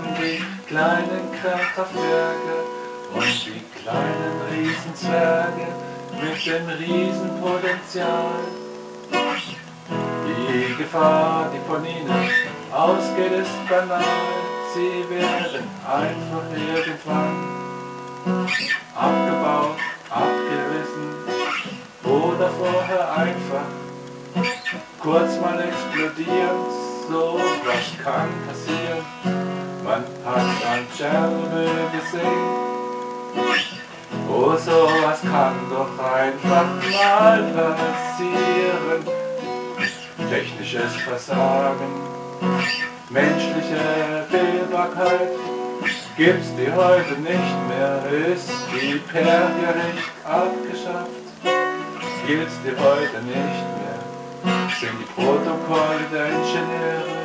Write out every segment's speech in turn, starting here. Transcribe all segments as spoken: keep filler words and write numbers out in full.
die kleinen Kernkraftwerke und die kleinen Riesenzwerge mit dem Riesenpotenzial. Die Gefahr, die von ihnen ausgeht, ist banal. Sie werden einfach irgendwann abgebaut, abgerissen oder vorher einfach kurz mal explodieren. So was kann passieren. Man hat an Tschernobyl gesehen. Oh, sowas kann doch einfach mal passieren. Technisches Versagen, menschliche Fehlbarkeit gibt's die heute nicht mehr. Ist die per Gericht abgeschafft, gibt's die heute nicht mehr. Sind die Protokolle der Ingenieure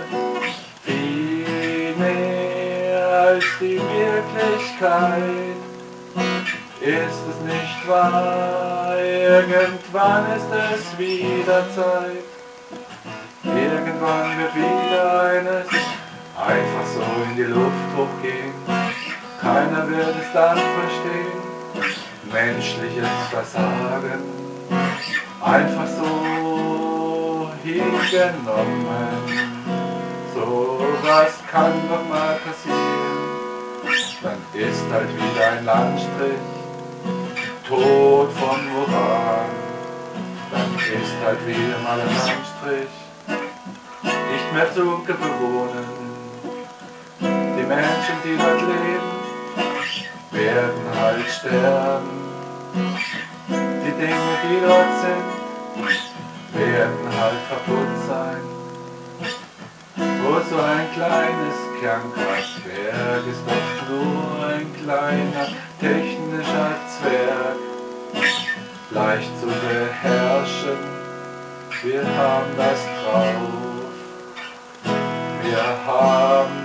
viel mehr als die Wirklichkeit? Ist es nicht wahr? Irgendwann ist es wieder Zeit. Irgendwann wird wieder eines einfach so in die Luft hochgehen. Keiner wird es dann verstehen. Menschliches Versagen, einfach so hingenommen. So was kann doch mal passieren. Dann ist halt wieder ein Landstrich tot von Uran. Dann ist halt wieder mal ein Landstrich nicht mehr zu bewohnen. Die Menschen, die dort leben, werden halt sterben. Die Dinge, die dort sind, werden halt kaputt sein. Oh, so ein kleines Kernkraftwerk ist doch nur ein kleiner technischer Zwerg, leicht zu beherrschen. Wir haben das drauf. Wir haben